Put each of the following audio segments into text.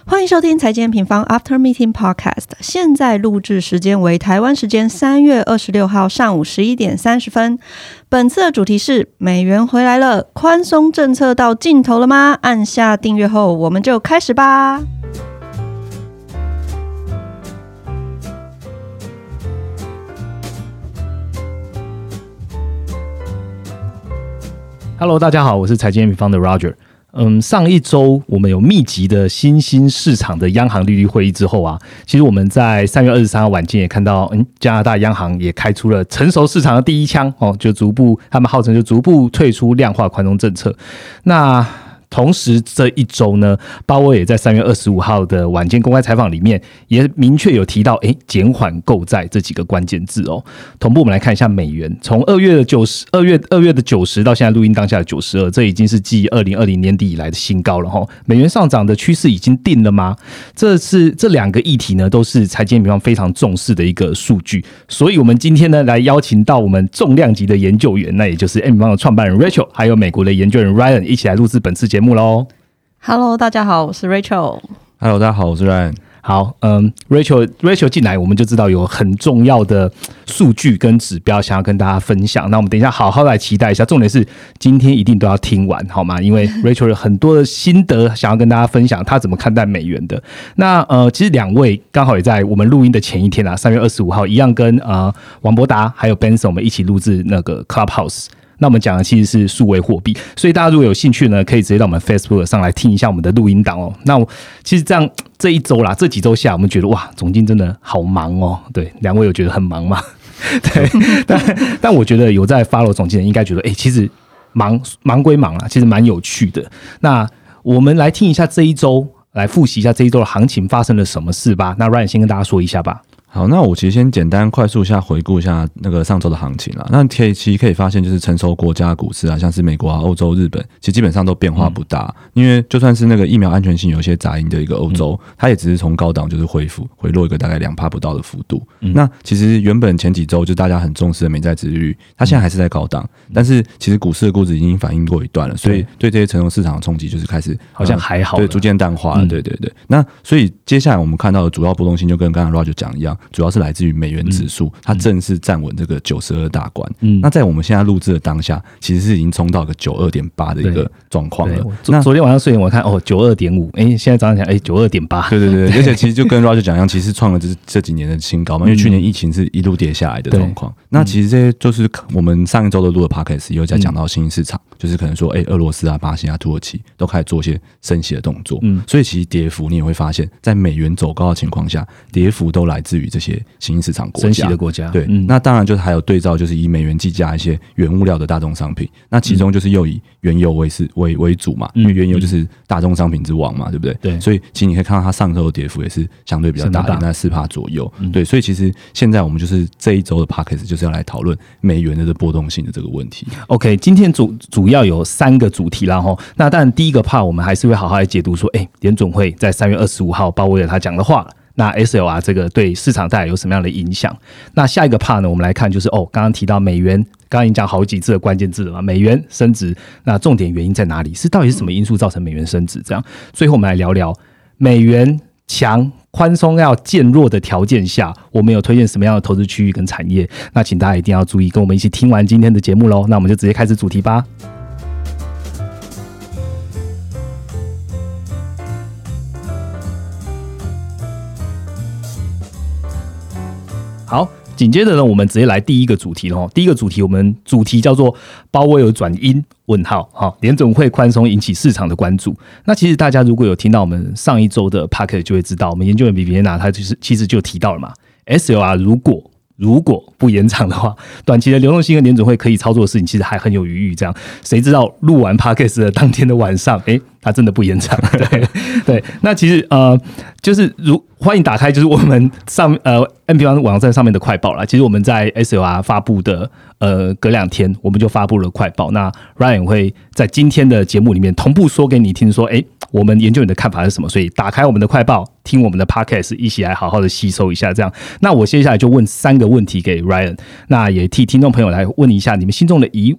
欢迎收听财经平方 After Meeting Podcast， 现在录制时间为台湾时间3月26号上午11点30分。本次的主题是美元回来了，宽松政策到尽头了吗？按下订阅后，我们就开始吧。 Hello， 大家好，我是财经平方的 Roger。上一周我们有密集的新兴市场的央行利率会议之后啊，其实我们在3月23号晚间也看到，加拿大央行也开出了成熟市场的第一枪哦，就他们号称就逐步退出量化宽松政策。那同时这一周呢，鲍威尔也在3月25号的晚间公开采访里面也明确有提到减缓购债这几个关键字哦。同步我们来看一下美元，从2月的90到现在录音当下的92，这已经是继2020年底以来的新高了齁。美元上涨的趋势已经定了吗？这两个议题呢，都是财经平方非常重视的一个数据，所以我们今天呢来邀请到我们重量级的研究员，那也就是 M 平方的创办人 Rachel， 还有美国的研究员 Ryan 一起来录制本次节目咯。 Hello， 大家好，我是 Rachel。Hello， 大家好，我是 Ryan。 好，Rachel 进来，我们就知道有很重要的数据跟指标想要跟大家分享。那我们等一下好好来期待一下，重点是今天一定都要听完，好吗？因为 Rachel 有很多的心得想要跟大家分享，他怎么看待美元的。那其实两位刚好也在我们录音的前一天啊，3月25号一样跟王博达还有 Benson 我们一起录制那个 Clubhouse。那我们讲的其实是数位货币，所以大家如果有兴趣呢，可以直接到我们 Facebook 上来听一下我们的录音档哦。那其实这一周啦，这几周下，我们觉得哇，总经真的好忙哦。对，两位有觉得很忙吗？对，但我觉得有在 follow 总经的应该觉得，其实忙归忙啦，其实蛮有趣的。那我们来听一下这一周，来复习一下这一周的行情发生了什么事吧。那 Ryan 先跟大家说一下吧。 好，那我其实先简单快速一下回顾一下那个上周的行情啦。那其实可以发现，就是成熟国家股市啊，像是美国啊、欧洲、日本，其实基本上都变化不大。因为就算是那个疫苗安全性有些杂音的一个欧洲，它也只是从高档就是回落一个大概2%不到的幅度。那其实原本前几周就大家很重视的美债殖利率，它现在还是在高档，但是其实股市的估值已经反映过一段了，所以对这些成熟市场的冲击就是开始好像还好， 对，逐渐淡化了。对。那所以接下来我们看到的主要波动性就跟刚才 Roger 讲一样，主要是来自于美元指数，它正式站稳这个92大关。那在我们现在录制的当下，其实是已经冲到一个 92.8 的一个状况了。 那昨天晚上睡前我看92.5，现在早上讲92.8。 对，而且其实就跟 Roger 讲一样，其实创了这几年的新高嘛，因为去年疫情是一路跌下来的状况。那其实这些就是我们上一周的录的 Podcast 也有在讲到新兴市场，就是可能说俄罗斯啊、巴西啊、土耳其都开始做一些升息的动作。所以其实跌幅你也会发现，在美元走高的情况下，跌幅都来自于这些新兴市场国家、 升息的国家。 对，那当然就是还有对照，就是以美元计价一些原物料的大宗商品，那其中就是又以原油为主嘛，因为原油就是大宗商品之王嘛，对不对？ 对， 所以其实你可以看到它上周的跌幅也是相对比较大的，在 4% 左右。对，所以其实现在我们就是这一周的 Podcast 就是要来讨论美元的波动性的这个问题。 OK， 今天主要有3个主题啦齁。那当然第一个 part 我们还是会好好来解读说，联准会在3月25号鲍威尔他讲的话，那 SLR 这个对市场带来有什么样的影响？那下一个 part 呢，我们来看就是刚刚提到美元，刚刚已经讲好几次的关键字了嘛，美元升值，那重点原因在哪里？到底是什么因素造成美元升值？这样，最后我们来聊聊美元强宽松要渐弱的条件下，我们有推荐什么样的投资区域跟产业？那请大家一定要注意，跟我们一起听完今天的节目咯。那我们就直接开始主题吧。好，紧接着呢，我们直接来第一个主题了。第一个主题，我们主题叫做鲍威尔转鹰？联准会宽松引起市场的关注。那其实大家如果有听到我们上一周的 Podcast 就会知道，我们研究员比比耶娜他其实就提到了嘛 ，SLR 如果不延长的话，短期的流动性跟联准会可以操作的事情其实还很有余裕。这样，谁知道录完 Podcast 的当天的晚上，它真的不延长。对，那其实就是欢迎打开就是我们M 平方网站上面的快报啦。其实我们在 SLR 发布的隔2天，我们就发布了快报。那 Ryan 会在今天的节目里面同步说给你听说，我们研究员的看法是什么。所以打开我们的快报，听我们的 Podcast， 一起来好好的吸收一下。这样，那我接下来就问3个问题给 Ryan， 那也替听众朋友来问一下你们心中的疑问。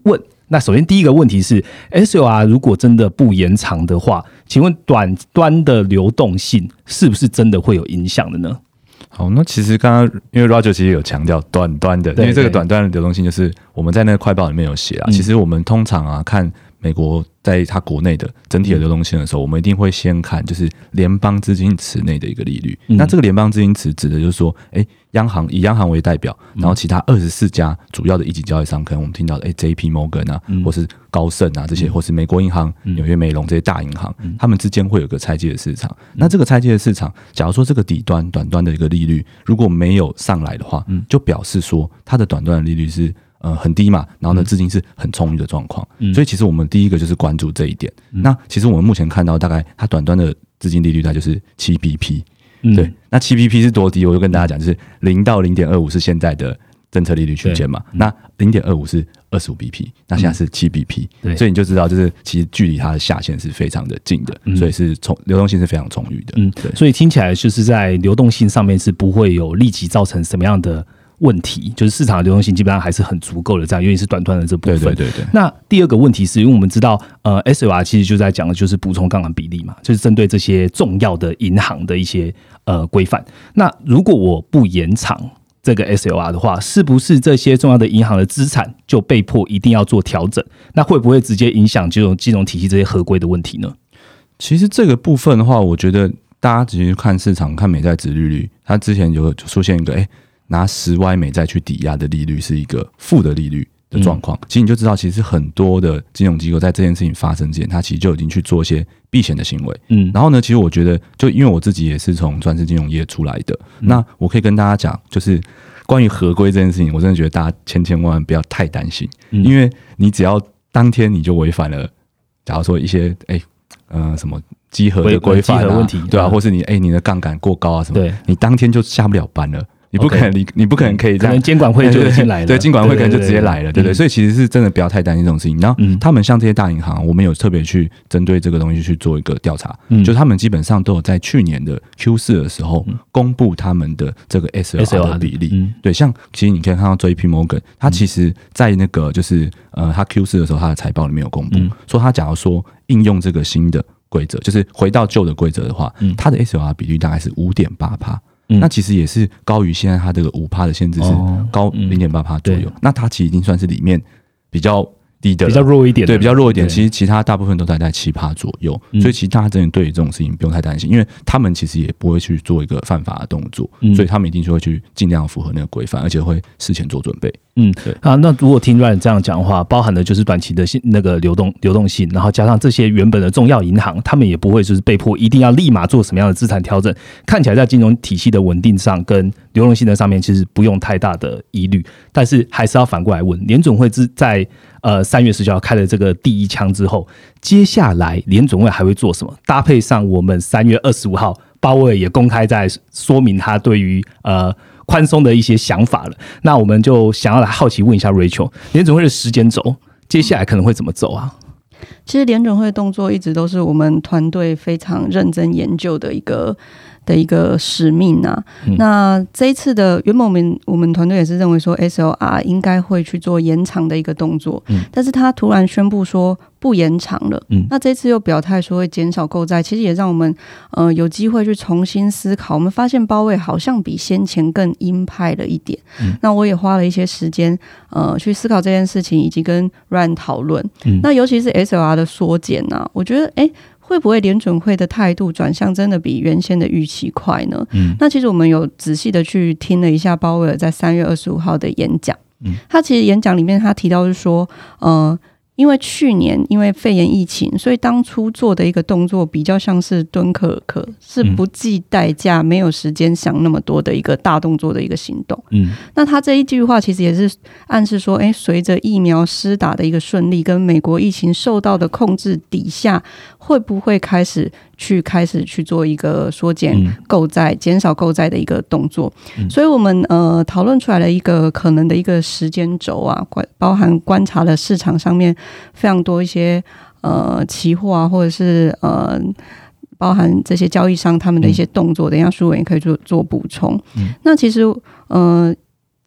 那首先第一个问题是 SLR 如果真的不延长的话，请问短端的流动性是不是真的会有影响的呢？ 好，那其实刚刚因为 Roger 其实有强调短端的，因为这个短端的流动性就是我们在那个快报里面有写其实我们通常看美国在它国内的整体的流动性的时候，我们一定会先看就是联邦资金池内的一个利率。那这个联邦资金池指的就是说，央行以央行为代表，然后其他24家主要的一级交易商，可能我们听到的JP Morgan 啊，或是高盛啊这些，或是美国银行、纽约梅隆这些大银行，他们之间会有个拆借的市场。那这个拆借的市场，假如说这个底端短端的一个利率如果没有上来的话，就表示说它的短端的利率是很低嘛，然后呢资金是很充裕的状况，所以其实我们第一个就是关注这一点。那其实我们目前看到大概它短端的资金利率大概就是7 BP，对，那7 BP 是多低？我就跟大家讲，就是0到 0.25 是现在的政策利率区间嘛，那 0.25 是25 BP， 那现在是7 BP，所以你就知道，就是其实距离它的下限是非常的近的，所以是流动性是非常充裕的。对， 所以听起来就是在流动性上面是不会有立即造成什么样的问题，就是市场的流动性基本上还是很足够的，这样，尤其是短端的这部分。对。那第二个问题是因为我们知道，SLR 其实就在讲的就是补充杠杆比例嘛，就是针对这些重要的银行的一些规范。那如果我不延长这个 SLR 的话，是不是这些重要的银行的资产就被迫一定要做调整？那会不会直接影响这种金融体系这些合规的问题呢？ 其实这个部分的话，我觉得大家直接看市场，看美债殖利率，它之前有出现一个拿10Y 美债去抵押的利率是一个负的利率的状况，其实你就知道，其实很多的金融机构在这件事情发生之前，它其实就已经去做一些避险的行为。然后呢，其实我觉得，就因为我自己也是从专职金融业出来的，那我可以跟大家讲，就是关于合规这件事情，我真的觉得大家千万不要太担心，因为你只要当天你就违反了，假如说一些什么稽核的规范问题，对啊，或是你的杠杆过高啊什么，你当天就下不了班了。你不可能可以这样， 可能监管会就已经来了， 对，监管会可能就直接来了，对不对？所以其实是真的不要太担心这种事情。然后他们像这些大银行，我们有特别去针对这个东西去做一个调查，就是他们基本上都有在去年的 Q4 的时候公布他们的这个 SLR 的比例。对，像其实你可以看到 JP Morgan， 他其实在那个就是他 Q4 的时候，他的财报里面有公布，说他假如说应用这个新的规则，就是回到旧的规则的话，他的 SLR 比率大概是 5.8%。那其实也是高于现在它这个 5% 的限制，是高 0.8% 左右。那它其实已经算是里面比较低的， 比较弱一点， 对，比较弱一点。其实其他大部分都在 7% 左右，所以其实大家真的对于这种事情不用太担心，因为他们其实也不会去做一个犯法的动作，所以他们一定就会去尽量符合那个规范，而且会事前做准备。 对啊，那如果听 Ryan 这样讲的话，包含的就是短期的那个流动性，然后加上这些原本的重要银行，他们也不会就是被迫一定要立马做什么样的资产调整，看起来在金融体系的稳定上跟流动性的上面其实不用太大的疑虑，但是还是要反过来问，联准会在3月19号开了这个第一枪之后，接下来联准会还会做什么？搭配上我们3月25号鲍威尔也公开在说明他对于宽松的一些想法了，那我们就想要来好奇问一下 Rachel， 联准会的时间轴接下来可能会怎么走啊？ 其实联准会的动作一直都是我们团队非常认真研究的一个使命啊。那这一次的原本我们团队也是认为说 SLR 应该会去做延长的一个动作，但是他突然宣布说不延长了，那这次又表态说会减少购债，其实也让我们有机会去重新思考。我们发现鲍威尔好像比先前更鹰派了一点，那我也花了一些时间去思考这件事情，以及跟 Ryan 讨论。那尤其是 SLR 的缩减啊，我觉得会不会联准会的态度转向真的比原先的预期快呢？那其实我们有仔细的去听了一下鲍威尔在3月25号的演讲，他其实演讲里面他提到是说因为去年因为肺炎疫情，所以当初做的一个动作比较像是敦刻尔克，是不计代价没有时间想那么多的一个大动作的一个行动。那他这一句话其实也是暗示说随着疫苗施打的一个顺利跟美国疫情受到的控制底下，会不会开始去做一个缩减购债、减少购债的一个动作。所以我们讨论出来了一个可能的一个时间轴啊，包含观察了市场上面非常多一些期货啊，或者是包含这些交易商他们的一些动作，等一下舒文也可以做补充。那其实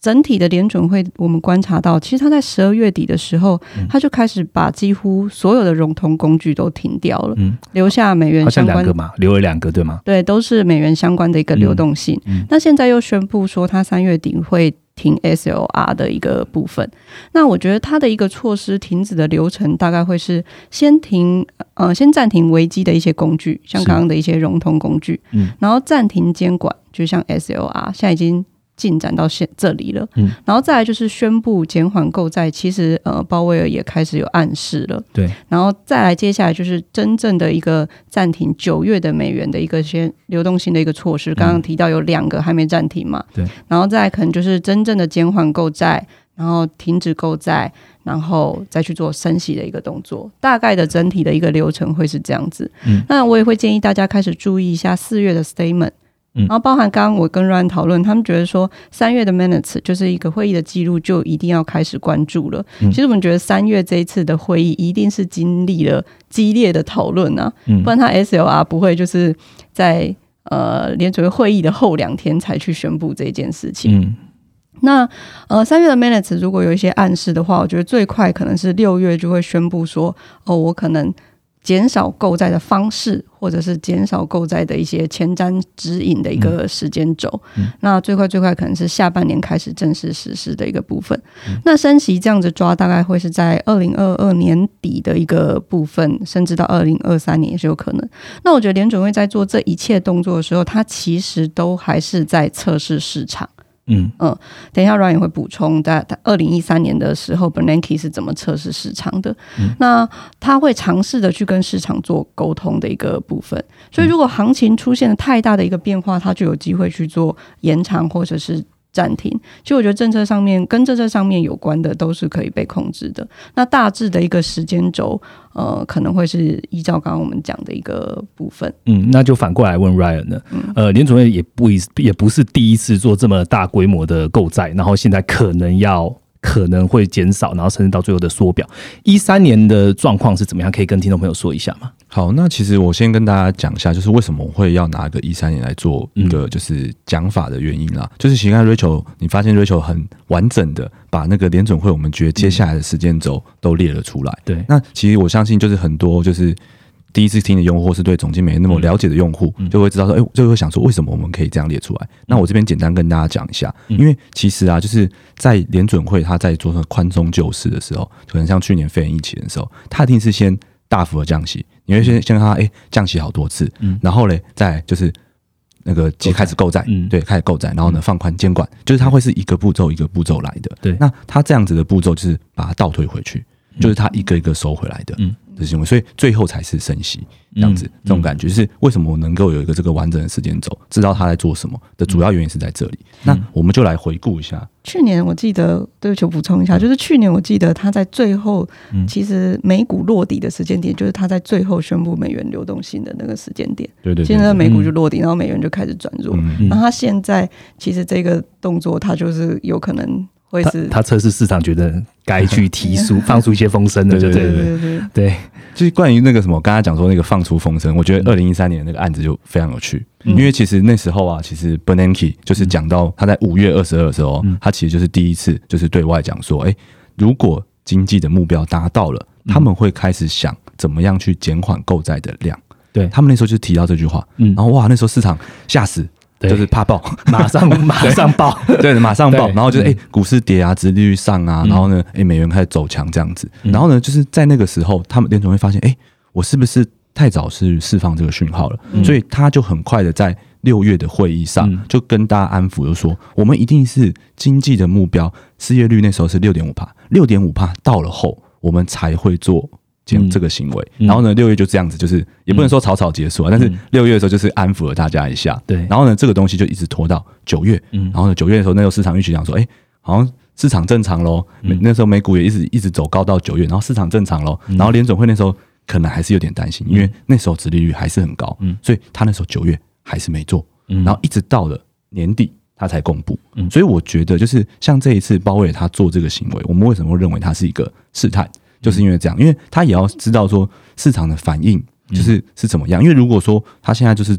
整体的联准会我们观察到，其实他在12月底的时候，他就开始把几乎所有的融通工具都停掉了，留下美元相关， 好像2个嘛，留了2个对吗？ 对，都是美元相关的一个流动性。那现在又宣布说他3月底会停 SLR 的一个部分，那我觉得它的一个措施停止的流程大概会是先暂停危机的一些工具，像刚刚的一些融通工具，然后暂停监管，就像 SLR 现在已经进展到这里了，然后再来就是宣布减缓购债，其实鲍威尔也开始有暗示了， 对， 然后再来接下来就是真正的一个暂停9月的美元的一个先流动性的一个措施，刚刚提到有2个还没暂停嘛， 对， 然后再来可能就是真正的减缓购债，然后停止购债，然后再去做升息的一个动作，大概的整体的一个流程会是这样子。那我也会建议大家开始注意一下4月的 statement。然后包含刚刚我跟 Ryan 讨论，他们觉得说3月的 minutes 就是一个会议的记录，就一定要开始关注了。其实我们觉得3月这一次的会议一定是经历了激烈的讨论啊，不然他 SLR 不会就是在联准会会议的后2天才去宣布这件事情。那3月的 minutes 如果有一些暗示的话，我觉得最快可能是6月就会宣布说，我可能减少购债的方式，或者是减少购债的一些前瞻指引的一个时间轴。那最快可能是下半年开始正式实施的一个部分。那升息这样子抓，大概会是在2022年底的一个部分，甚至到2023年也是有可能。那我觉得联准会在做这一切动作的时候，它其实都还是在测试市场。等一下 Ryan 也会补充，在2013年的时候 Bernanke 是怎么测试市场的。那他会尝试的去跟市场做沟通的一个部分，所以如果行情出现了太大的一个变化，他就有机会去做延长或者是暂停。其实我觉得政策上面跟政策上面有关的都是可以被控制的。那大致的一个时间轴可能会是依照刚刚我们讲的一个部分。 那就反过来问 Ryan 了。联准会也不是第一次做这么大规模的购债，然后现在可能会减少，然后甚至到最后的缩表。13年的状况是怎么样？可以跟听众朋友说一下吗？ 好，那其实我先跟大家讲一下，就是为什么我会要拿个13年来做一个就是讲法的原因啦。就是其实刚才 Rachel 你发现 Rachel 很完整的把那个联准会我们觉得接下来的时间轴都列了出来。 对， 那其实我相信就是很多就是第一次听的用户，或是对总经没那么了解的用户，就会知道说，就会想说为什么我们可以这样列出来。那我这边简单跟大家讲一下，因为其实啊，就是在联准会他在做宽松救市的时候，可能像去年肺炎疫情的时候，他一定是先大幅的降息，你会先看他降息好多次，然后嘞再就是那个开始购债，对，开始购债，然后呢放宽监管，就是它会是一个步骤一个步骤来的。 对， 那他这样子的步骤就是把它倒退回去，就是他一个一个收回来的。的行为，所以最后才是升息这样子，这种感觉就是为什么我能够有一个这个完整的时间轴，知道他在做什么的主要原因是在这里。那我们就来回顾一下， 去年我记得，对不起，我补充一下，就是去年我记得他在最后，其实美股落底的时间点，就是他在最后宣布美元流动性的那个时间点。 对对， 现在美股就落底，然后美元就开始转弱。然后他现在其实这个动作，他就是有可能。 他测试市场觉得该去提速放出一些风声了，对。 就是关于那个什么，刚才讲说那个放出风声，我觉得2013年那个案子就非常有趣，因为其实那时候啊，其实 Bernanke 就是讲到他在5月22的时候，他其实就是第一次就是对外讲说，如果经济的目标达到了，他们会开始想怎么样去减缓购债的量。对，他们那时候就提到这句话，然后哇，那时候市场吓死。就是怕爆， 马上爆， 对，马上爆，然后就是股市跌啊，殖利率上啊，然后呢，美元开始走强这样子，然后呢，就是在那个时候，他们联准会发现，我是不是太早是释放这个讯号了？所以他就很快的在6月的会议上就跟大家安抚，就说我们一定是经济的目标，失业率那时候是 6.5%，6.5% 到了后，我们才会做。这个行为，然后呢，6月就这样子，就是也不能说草草结束啊，但是6月的时候就是安抚了大家一下，对，然后呢，这个东西就一直拖到9月，然后呢，9月的时候，那时候市场预期讲说，好像市场正常咯，那时候美股也一直走高到9月，然后市场正常咯，然后联准会那时候可能还是有点担心，因为那时候殖利率还是很高，所以他那时候9月还是没做，然后一直到了年底他才公布，所以我觉得就是像这一次鲍威尔他做这个行为，我们为什么会认为他是一个试探？就是因为这样，因为他也要知道说市场的反应是怎么样。因为如果说他现在就是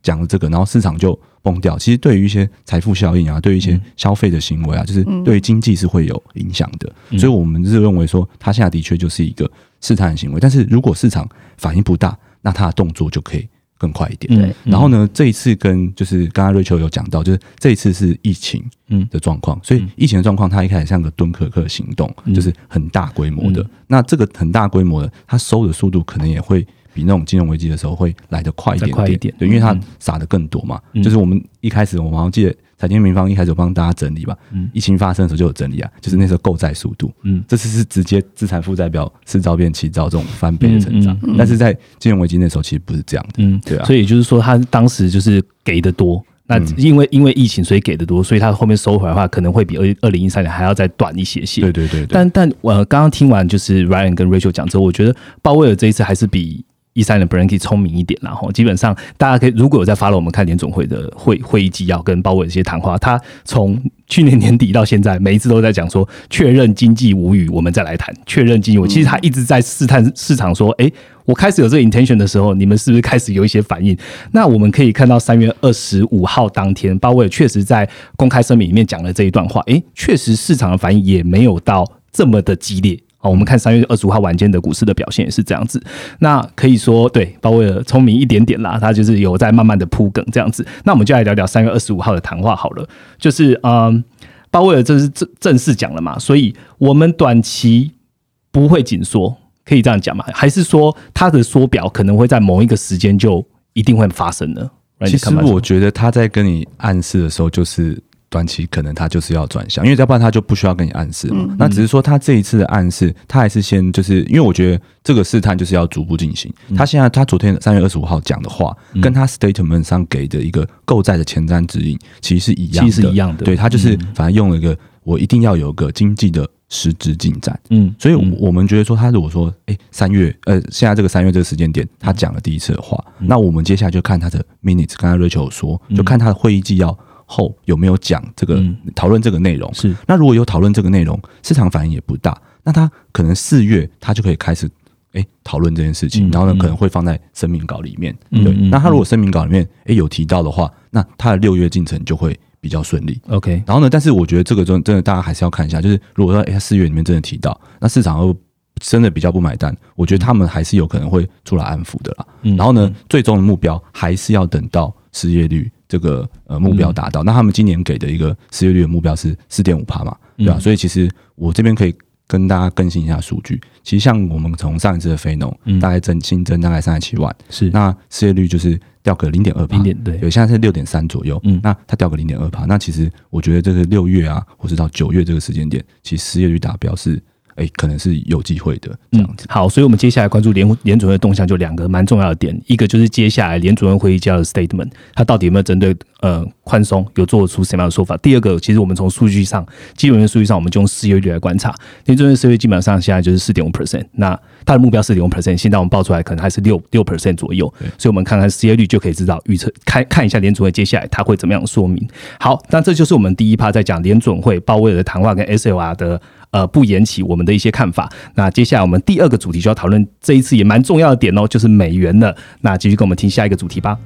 讲了这个，然后市场就崩掉。其实对于一些财富效应啊，对于一些消费的行为啊，就是对于经济是会有影响的。所以我们是认为说，它现在的确就是一个试探的行为。但是如果市场反应不大，那它的动作就可以更快一点。然后呢，这一次跟就是刚刚 Rachel 有讲到，就是这一次是疫情的状况，所以疫情的状况，它一开始像个敦刻尔克行动，就是很大规模的。那这个很大规模的，它收的速度可能也会比那种金融危机的时候会来得快一点点，对，因为它撒的更多嘛。就是我们一开始，我们好像记得财经平方一开始有帮大家整理吧，疫情发生的时候就有整理啊，就是那时候购债速度，这次是直接资产负债表4兆变7兆这种翻倍的成长，但是在金融危机那时候其实不是这样的，对啊， 所以也就是说，他当时就是给的多。那因为疫情，所以给的多，所以他后面收回来的话，可能会比2013年还要再短一些。 对。 但我刚刚听完就是 Ryan 跟 Rachel 讲之后，我觉得鲍威尔这一次还是比13年 Bernanke 聪明一点啦。基本上大家可以如果有在 follow 我们看联总会的会议纪要跟鲍威尔这些谈话，他从去年年底到现在，每一次都在讲说确认经济无虞，我们再来谈确认经济无虞。其实他一直在试探市场说，我开始有这个 intention 的时候，你们是不是开始有一些反应？那我们可以看到3月25号当天，鲍威尔确实在公开声明里面讲了这一段话，确实市场的反应也没有到这么的激烈。我们看3月25号晚间的股市的表现也是这样子。那可以说，对鲍威尔聪明一点点啦，他就是有在慢慢的铺梗这样子。那我们就来聊聊3月25号的谈话好了，就是鲍威尔这是正式讲了嘛，所以我们短期不会紧缩。可以这样讲吗？还是说它的缩表可能会在某一个时间就一定会发生呢？ 其实我觉得他在跟你暗示的时候，就是短期可能他就是要转向，因为要不然他就不需要跟你暗示嘛。那只是说他这一次的暗示，他还是先就是因为我觉得这个试探就是要逐步进行。他昨天3月25号讲的话，跟他 statement 上给的一个购债的前瞻指引其实是一样的。对，他就是反正用了一个我一定要有个经济的实质进展，所以我们觉得说，他如果说，3月，现在这个3月这个时间点，他讲了第一次的话，那我们接下来就看他的 minutes， 刚才 Rachel 说，就看他的会议纪要后有没有讲这个讨论这个内容。是，那如果有讨论这个内容，市场反应也不大，那他可能4月他就可以开始讨论这件事情，然后呢可能会放在声明稿里面。对，那他如果声明稿里面有提到的话，那他的6月进程就会比较顺利。 OK， 然后呢，但是我觉得这个真的大家还是要看一下，就是如果说他4月里面真的提到，那市场又真的比较不买单，我觉得他们还是有可能会出来安抚的啦。然后呢，最终的目标还是要等到失业率这个目标达到。那他们今年给的一个失业率的目标是 4.5% 嘛，对吧？所以其实我这边可以跟大家更新一下数据。其实像我们从上一次的非农，大概新增大概37万，是那失业率就是掉个 0.2%， 对，现在是 6.3 左右。那它掉个 0.2%， 那其实我觉得这个6月啊，或是到9月这个时间点，其实失业率达标是可能是有机会的这样子。 好，所以我们接下来关注联准会的动向，就2个蛮重要的点，一个就是接下来联准会会议纪要的 statement， 它到底有没有针对宽松有做出什么样的说法？第二个，其实我们从数据上，基本面数据上，我们就用失业率来观察，联准会失业率基本上现在就是 4.5%， 那它的目标 4.5%， 现在我们报出来可能还是 6% 左右，所以我们看看失业率就可以知道预测看一下联准会接下来它会怎么样说明。好，那这就是我们第一 part 在讲联准会鲍威尔的谈话跟 SLR 的不延期我们的一些看法。那接下来我们第二个主题就要讨论这一次也蛮重要的点哦，就是美元了。那继续跟我们听下一个主题吧。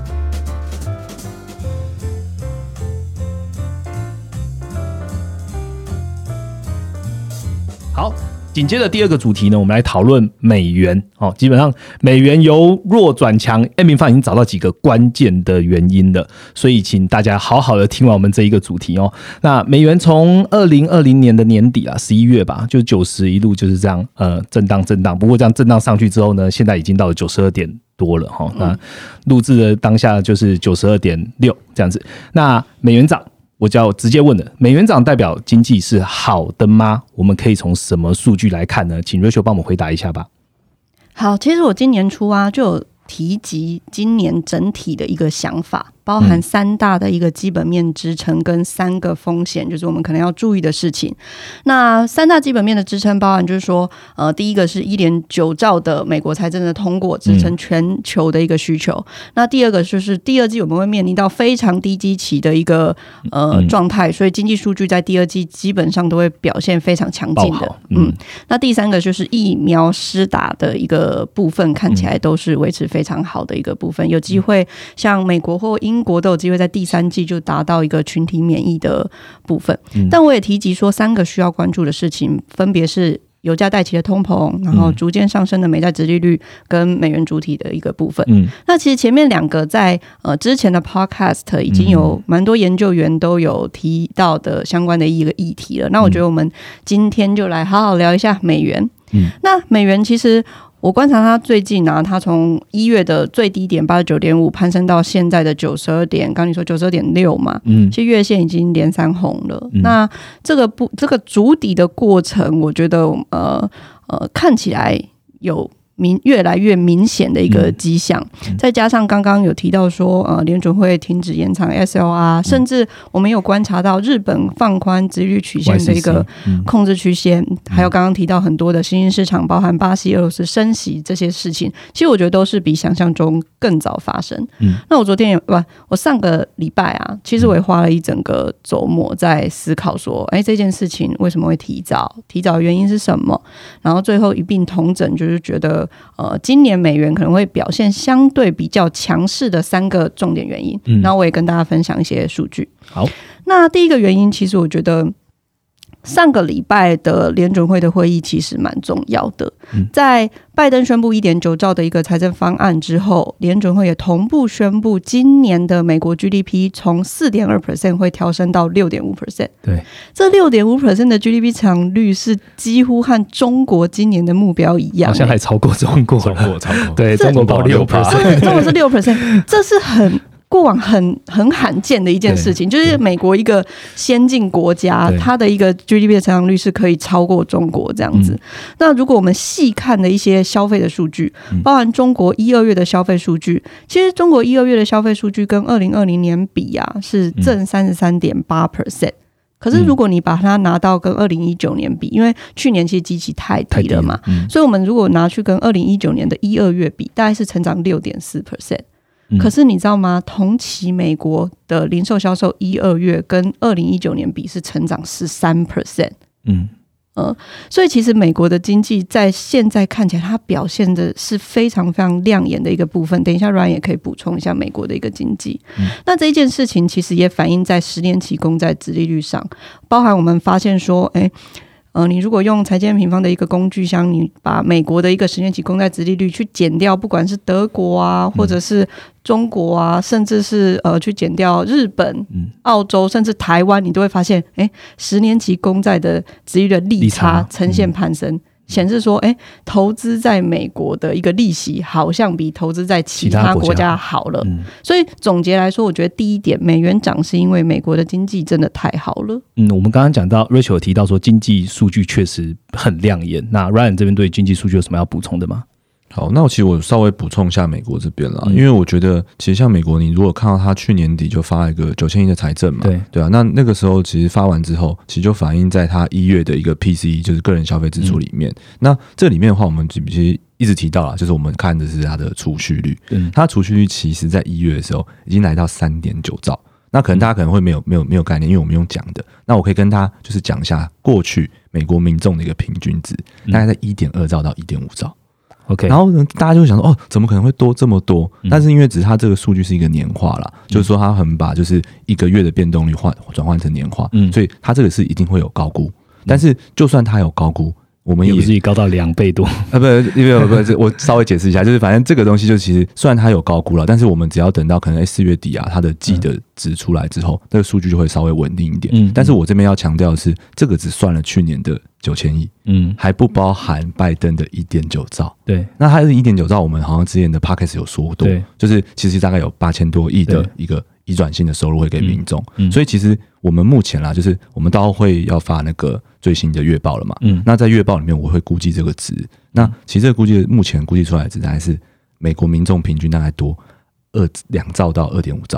好，紧接着第二个主题呢，我们来讨论美元。基本上美元由弱转强，平方已经找到几个关键的原因了，所以请大家好好的听完我们这一个主题哦。那美元从2020年的年底啊，11月吧，就90一路就是这样震荡，不过这样震荡上去之后呢，现在已经到了92点多了哈。那录制的当下就是92.6这样子。那美元涨，我就要直接问了，美元涨代表经济是好的吗？我们可以从什么数据来看呢？请 Rachel 帮我们回答一下吧。 好，其实我今年初啊就有提及今年整体的一个想法， 包含3大的一个基本面支撑跟3个风险，就是我们可能要注意的事情。那3大基本面的支撑包含就是说，第一个是 1.9 兆的美国财政的通过支撑全球的一个需求。那第二个就是第二季我们会面临到非常低基期的一个状态，所以经济数据在第二季基本上都会表现非常强劲的。那第三个就是疫苗施打的一个部分，看起来都是维持非常好的一个部分，有机会像美国或英国都有机会在第3季就达到一个群体免疫的部分。但我也提及说3个需要关注的事情，分别是油价带起的通膨，然后逐渐上升的美债殖利率跟美元主体的一个部分。那其实前面2个在之前的 podcast 已经有蛮多研究员都有提到的相关的一个议题了。那我觉得我们今天就来好好聊一下美元。那美元其实我观察它最近它从1月的最低点 89.5 攀升到现在的92点，刚你说 92.6 嘛，其实月线已经连3红了。那这个筑底的过程，我觉得看起来有越来越明显的一个迹象，再加上刚刚有提到说联准会停止延长 SLR， 甚至我们有观察到日本放宽殖利率曲线的一个控制曲线，还有刚刚提到很多的新兴市场，包含巴西、俄罗斯升息这些事情，其实我觉得都是比想象中更早发生。那我上个礼拜其实我也花了一整个周末在思考说，这件事情为什么会提早的原因是什么，然后最后一并统整，就是觉得今年美元可能会表现相对比较强势的3个重点原因，然后我也跟大家分享一些数据。 好， 那第一个原因，其实我觉得上个礼拜的联准会的会议其实蛮重要的。在拜登宣布 1.9 兆的一个财政方案之后，联准会也同步宣布今年的美国 GDP 从 4.2% 会调升到 6.5%。 对， 这 6.5% 的 GDP 成长率是几乎和中国今年的目标一样， 好像还超过中国了。 超过对，中国报 6%， 中国是 6%， 这是过往很罕见的一件事情，就是美国一个先进国家，它的一个 GDP 的成长率是可以超过中国这样子。那如果我们细看的一些消费的数据，包含中国1、2月的消费数据，其实中国1、2月的消费数据跟2020年比是正 33.8%。可是如果你把它拿到跟2019年比，因为去年其实基期太低了嘛，所以我们如果拿去跟2019年的1、2月比，大概是成长 6.4%。可是你知道吗？同期美国的零售销售1、2月跟2019年比是成长 13%。所以其实美国的经济在现在看起来，它表现的是非常非常亮眼的一个部分。等一下 Ryan 也可以补充一下美国的一个经济。那这一件事情其实也反映在10年期公债殖利率上，包含我们发现说，你如果用财经平方的一个工具箱，你把美国的一个10年期公债殖利率去减掉，不管是德国或者是中国甚至是去减掉日本、澳洲，甚至台湾，你都会发现10年期公债的殖利率的利差呈现攀升，显示说投资在美国的一个利息好像比投资在其他国家好了。所以总结来说，我觉得第一点，美元涨是因为美国的经济真的太好了。 我们刚刚讲到 Rachel 有提到说经济数据确实很亮眼，那 Ryan 这边对经济数据有什么要补充的吗？ 好，那其实我稍微补充一下美国这边啦，因为我觉得其实像美国，你如果看到他去年底就发了一个9000亿的财政嘛，对啊，那个时候其实发完之后，其实就反映在他1月的一个 PCE， 就是个人消费支出里面。那这里面的话，我们其实一直提到啦，就是我们看的是它的储蓄率，它储蓄率其实在1月的时候已经来到 3.9 兆。那可能大家可能会没有概念，因为我们用讲的。那我可以跟大家就是讲一下过去美国民众的一个平均值，大概在 1.2 兆到 1.5 兆。 OK， 然后呢，大家就会想说，怎么可能会多这么多？但是因为只是它这个数据是一个年化啦，就是说它很把就是1个月的变动率转换成年化，所以它这个是一定会有高估。但是就算它有高估，我们也不至于高到2倍多不，我稍微解释一下，就是反正这个东西就其实虽然它有高估了，但是我们只要等到可能4月底它的季的值出来之后，那个数据就会稍微稳定一点。但是我这边要强调的是，这个只算了去年的9000亿，还不包含拜登的 1.9 兆。 对， 那它是 1.9 兆，我们好像之前的 Podcast 有说过，就是其实大概有8000多亿的一个移转性的收入会给民众，所以其实我们目前啦，就是我们到会要发那个最新的月报了嘛，那在月报里面我会估计这个值，那其实这个目前估计出来的值大概是美国民众平均大概多2兆到 2.5 兆，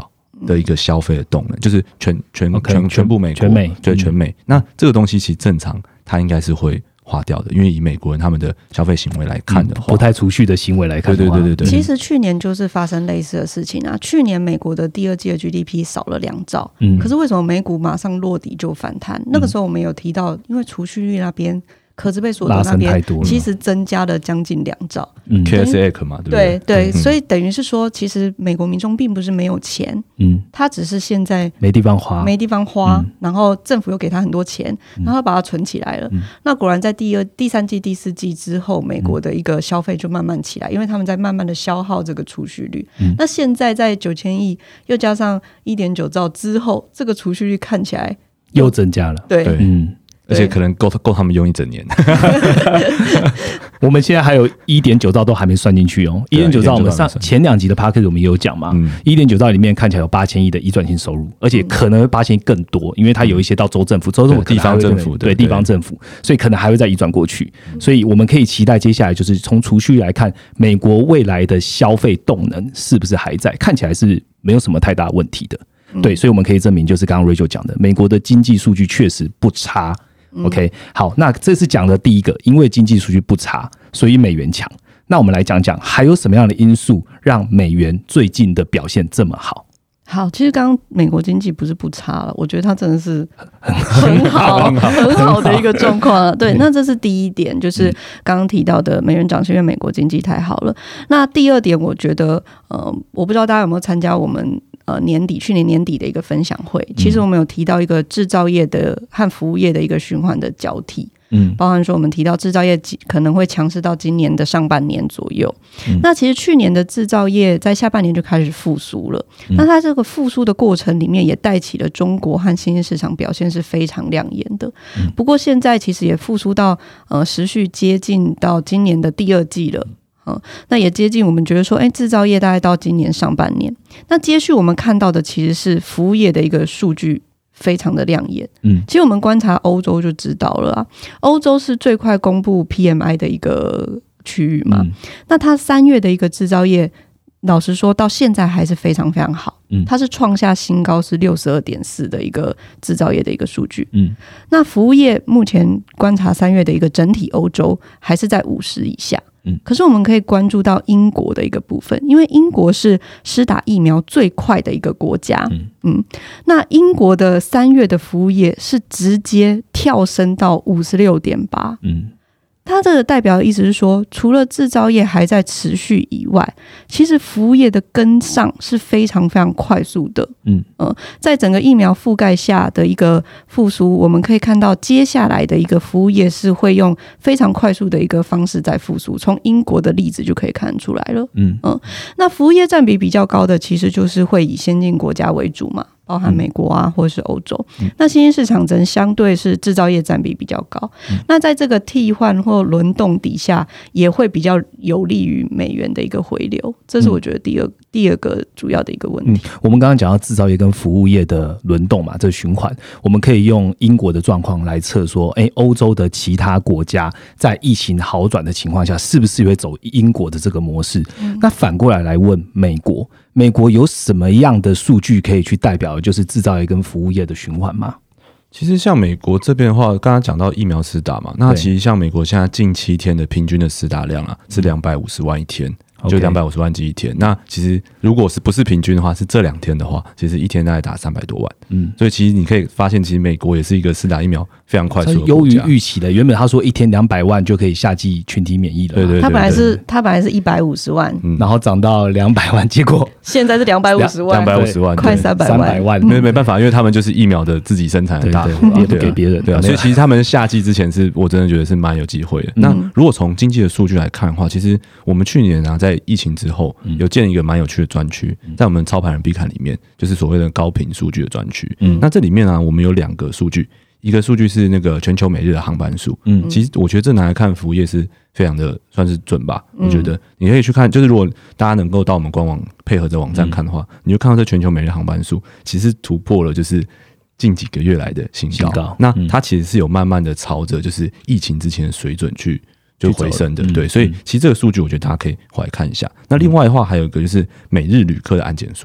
的一个消费的动能，就是全部美国， 全美对全美。那这个东西其实正常，它应该是会花掉的，因为以美国人他们的消费行为来看的话， 不太储蓄的行为来看的话， 对。 其实去年就是发生类似的事情啊。去年美国的第二季的 GDP 少了2兆，可是为什么美股马上落底就反弹？那个时候我们有提到，因为储蓄率那边。可支配所得那边其实增加了将近2兆 ，KSX 嘛，对不对？ 对，所以等于是说，其实美国民众并不是没有钱，他只是现在没地方花， 然后政府又给他很多钱，然后把它存起来了。那果然在第三季、第四季之后，美国的一个消费就慢慢起来，因为他们在慢慢的消耗这个储蓄率。那现在在9000亿又加上1.9兆之后，这个储蓄率看起来又增加了， 对， 而且可能够他们用1整年。 我们现在还有1.9兆都还没算进去哦。1.9兆我们前2集的 podcast 我们也有讲嘛，1.9兆里面看起来有8000亿的移转性收入，而且可能8000亿更多，因为它有一些到州政府地方政府， 对地方政府，所以可能还会再移转过去。所以我们可以期待接下来就是从储蓄来看，美国未来的消费动能是不是还在？看起来是没有什么太大问题的。对，所以我们可以证明，就是刚刚 Rachel 讲的，美国的经济数据确实不差。OK， 好，那这是讲的第一个，因为经济数据不差，所以美元强。那我们来讲讲还有什么样的因素让美元最近的表现这么好？ 好，其实刚刚美国经济不是不差了，我觉得它真的是很好的一个状况。对，那这是第一点，就是刚刚提到的美元涨是因为美国经济太好了。那第二点，我觉得我不知道大家有没有参加我们去年年底的一个分享会，其实我们有提到一个制造业的和服务业的一个循环的交替。包含说我们提到制造业可能会强势到今年的上半年左右。那其实去年的制造业在下半年就开始复苏了。那它这个复苏的过程里面也带起了中国和新兴市场表现是非常亮眼的。不过现在其实也复苏到时序接近到今年的第2季了。那也接近我们觉得说制造业大概到今年上半年。那接续我们看到的其实是服务业的一个数据非常的亮眼。其实我们观察欧洲就知道了啊，欧洲是最快公布 PMI 的一个区域嘛。那它3月的一个制造业，老实说到现在还是非常非常好。它是创下新高，是 62.4 的一个制造业的一个数据。那服务业目前观察3月的一个整体欧洲还是在50以下。可是我们可以关注到英国的一个部分，因为英国是施打疫苗最快的一个国家。那英国的3月的服务业是直接跳升到 56.8。它这个代表的意思是说，除了制造业还在持续以外，其实服务业的跟上是非常非常快速的。在整个疫苗覆盖下的一个复苏，我们可以看到接下来的一个服务业是会用非常快速的一个方式在复苏，从英国的例子就可以看出来了。那服务业占比比较高的，其实就是会以先进国家为主嘛，包含美国啊，或者是欧洲。那新兴市场则相对是制造业占比比较高。那在这个替换或轮动底下，也会比较有利于美元的一个回流。这是我觉得第二个主要的一个问题。 我们刚刚讲到制造业跟服务业的轮动嘛，这个循环，我们可以用英国的状况来测说，欧洲的其他国家在疫情好转的情况下，是不是也会走英国的这个模式？那反过来问美国有什么样的数据可以去代表就是制造业跟服务业的循环吗？ 其实像美国这边的话，刚刚讲到疫苗施打嘛，那其实像美国现在近7天的平均的施打量是250万一天，就250万剂一天。那其实如果不是平均的话，是这2天的话，其实一天大概打300多万。所以其实你可以发现，其实美国也是一个施打疫苗非常快速的国家， 优于预期的。原本他说一天200万就可以夏季群体免疫了， 对， 他本来是150万， 然后涨到200万，结果现在是250万，快300万， 没办法，因为他们就是疫苗的自己生产的大户， 也不给别人。 所以其实他们夏季之前我真的觉得是蛮有机会的。那如果从经济的数据来看的话，其实我们去年在疫情之后有建一个蛮有趣的专区，在我们操盘人 B 看里面，就是所谓的高频数据的专区。那这里面我们有2个数据，一个数据是那个全球每日的航班数。其实我觉得这拿来看服务业是非常的算是准吧。我觉得你可以去看，就是如果大家能够到我们官网配合着网站看的话，你就看到这全球每日航班数其实突破了就是近几个月来的新高。那它其实是有慢慢的朝着就是疫情之前的水准去就回升的。对，所以其实这个数据我觉得大家可以回来看一下。那另外的话还有一个就是每日旅客的安检数量。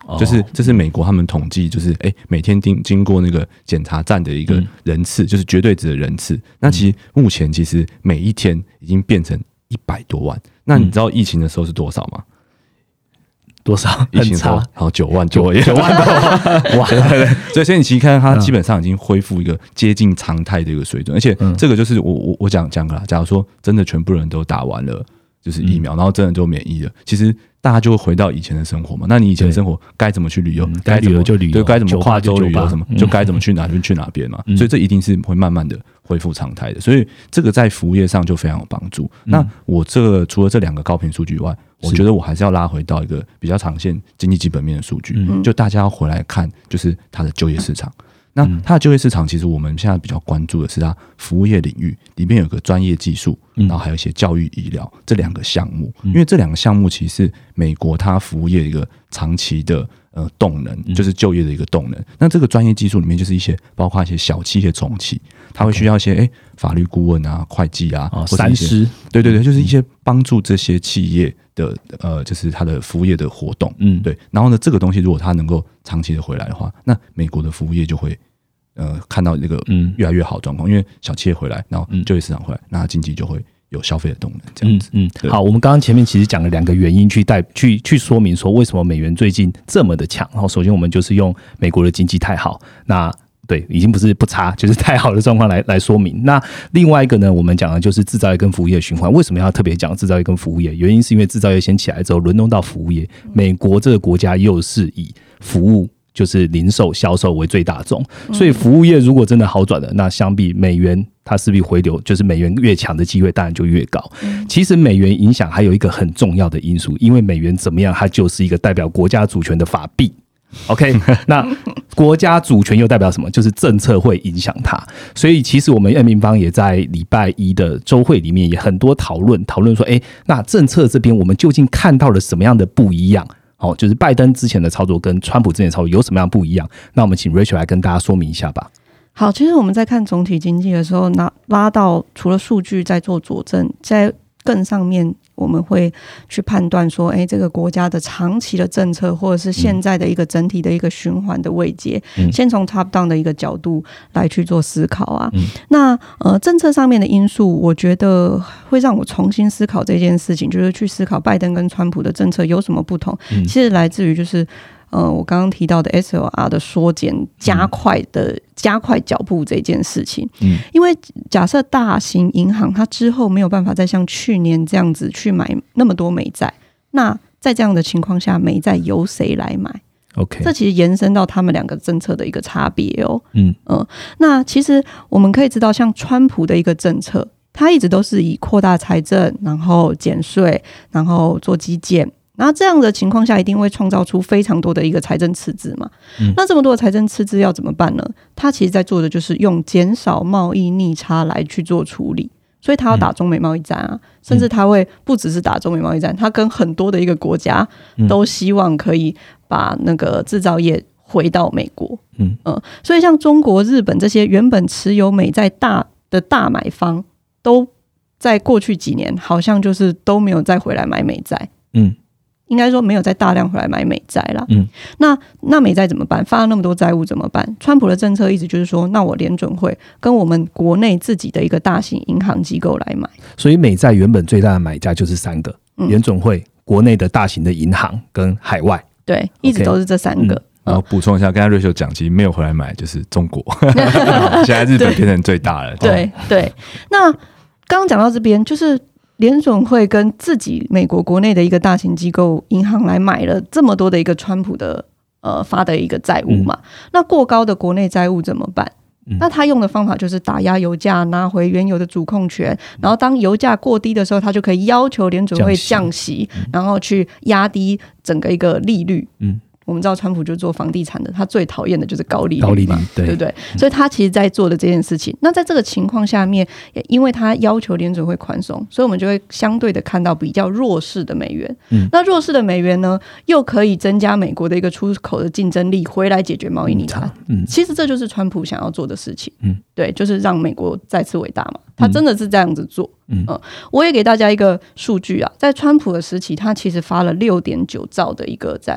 就是这是美国他们统计，就是每天经过那个检查站的一个人次，就是绝对值的人次。那其实目前其实每一天已经变成100多万。那你知道疫情的时候是多少吗？ 多少？ 疫情的时候好9万多， 哇！ 所以你其实看它基本上已经恢复一个接近常态的一个水准，而且这个就是我讲了，假如说真的全部人都打完了就是疫苗，然后真的就免疫了，其实大家就会回到以前的生活嘛。那你以前的生活该怎么去旅游？ 该旅游就旅游， 对，该怎么跨州旅游什么，就该怎么去哪边去哪边嘛。所以这一定是会慢慢的恢复常态的。所以这个在服务业上就非常有帮助。那我除了这2个高频数据以外，我觉得我还是要拉回到一个比较长线经济基本面的数据，就大家要回来看，就是它的就业市场。那它的就业市场，其实我们现在比较关注的是它服务业领域里面有个专业技术，然后还有一些教育医疗这2个项目，因为这2个项目其实是美国它服务业一个长期的动能，就是就业的一个动能。那这个专业技术里面就是包括一些小企业、中企，它会需要一些法律顾问啊、会计啊， 三师， 对，就是一些帮助这些企业的就是它的服务业的活动，对。然后呢，这个东西如果它能够长期的回来的话，那美国的服务业就会看到这个越来越好的状况，因为小企业回来，然后就业市场回来，那它经济就会有消费的动能，这样子。 好，我们刚刚前面其实讲了2个原因去说明说为什么美元最近这么的强。然后首先我们就是用美国的经济太好，那对，已经不是不差，就是太好的状况来说明。那另外一个呢，我们讲的就是制造业跟服务业循环。为什么要特别讲制造业跟服务业？原因是因为制造业先起来之后，轮动到服务业。美国这个国家又是以服务，就是零售销售为最大宗，所以服务业如果真的好转了，那相比美元它势必回流，就是美元越强的机会当然就越高。其实美元影响还有一个很重要的因素，因为美元怎么样，它就是一个代表国家主权的法币。OK， 那国家主权又代表什么？就是政策会影响它。所以其实我们人民方也在礼拜一的周会里面也很多讨论说，那政策这边我们究竟看到了什么样的不一样？就是拜登之前的操作跟川普之前的操作有什么样不一样？那我们请 Rachel 来跟大家说明一下吧。 好，其实我们在看总体经济的时候，拉到除了数据在做佐证，在更上面我们会去判断说，这个国家的长期的政策，或者是现在的一个整体的一个循环的位阶，先从 top down 的一个角度来去做思考啊。那政策上面的因素，我觉得会让我重新思考这件事情，就是去思考拜登跟川普的政策有什么不同。其实来自于就是我刚刚提到的 SLR 的缩减加快脚步这件事情。因为假设大型银行它之后没有办法再像去年这样子去买那么多美债，那在这样的情况下，美债由谁来买？OK， 这其实延伸到他们2个政策的一个差别哦。那其实我们可以知道，像川普的一个政策，他一直都是以扩大财政，然后减税，然后做基建。然后这样的情况下，一定会创造出非常多的一个财政赤字嘛。那这么多的财政赤字要怎么办呢？他其实在做的就是用减少贸易逆差来去做处理。所以他要打中美贸易战啊，甚至他会不只是打中美贸易战，他跟很多的一个国家都希望可以把那个制造业回到美国。所以像中国、日本这些原本持有美债大买方，都在过去几年好像就是都没有再回来买美债。应该说没有再大量回来买美债啦。那美债怎么办？发了那么多债务怎么办？川普的政策一直就是说，那我联准会跟我们国内自己的一个大型银行机构来买。 所以美债原本最大的买家就是3个：联准会、国内的大型的银行跟海外。 对，一直都是这3个。 然后补充一下，刚才 Rachel 讲，其实没有回来买就是中国，现在日本变成最大了。 对。那刚刚讲到这边，就是联准会跟自己美国国内的一个大型机构银行来买了这么多的一个川普的发的一个债务嘛。那过高的国内债务怎么办？那他用的方法就是打压油价，拿回原油的主控权，然后当油价过低的时候，他就可以要求联准会降息，然后去压低整个一个利率。我们知道川普就做房地产的，他最讨厌的就是高利率嘛，对不对？所以他其实在做的这件事情。那在这个情况下面，也因为他要求联准会宽松，所以我们就会相对的看到比较弱势的美元。那弱势的美元呢，又可以增加美国的一个出口的竞争力，回来解决贸易逆差。其实这就是川普想要做的事情。对，就是让美国再次伟大嘛。他真的是这样子做。我也给大家一个数据啊，在川普的时期，他其实发了6.9兆的一个债务。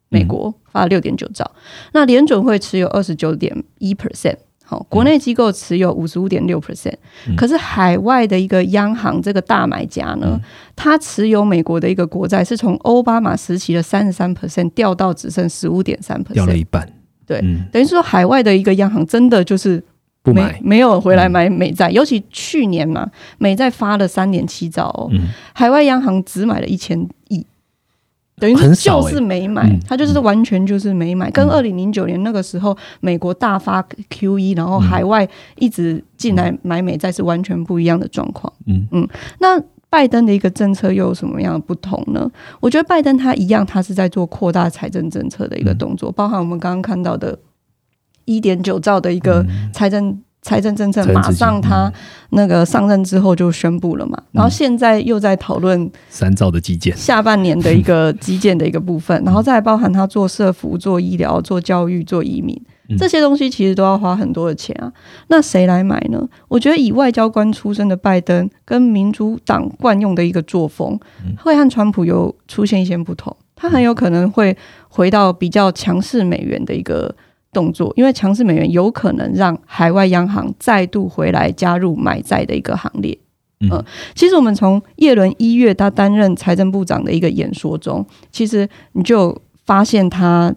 美国发了 6.9 兆，那联准会持有 29.1%， 国内机构持有 55.6%， 可是海外的一个央行这个大买家呢，他持有美国的一个国债是从奥巴马时期的 33% 掉到只剩 15.3%， 掉了一半。 对，等于说海外的一个央行真的就是不买， 没有回来买美债，尤其去年嘛，美债发了 3.7 兆哦，海外央行只买了1000亿，等于就是没买，它就是完全就是没买，跟2009年那个时候美国大发 QE， 然后海外一直进来买美债是完全不一样的状况。那拜登的一个政策又有什么样的不同呢？我觉得拜登他一样，他是在做扩大财政政策的一个动作，包含我们刚刚看到的 1.9 兆的一个财政政策，马上他那个上任之后就宣布了嘛，然后现在又在讨论 3兆的基建， 下半年的一个基建的一个部分，然后再包含他做社福、做医疗、做教育、做移民，这些东西其实都要花很多的钱啊。那谁来买呢？我觉得以外交官出身的拜登跟民主党惯用的一个作风，会和川普有出现一些不同，他很有可能会回到比较强势美元的一个动作，因为强势美元有可能让海外央行再度回来加入买债的一个行列。其实我们从耶伦1月他担任财政部长的一个演说中，其实你就发现他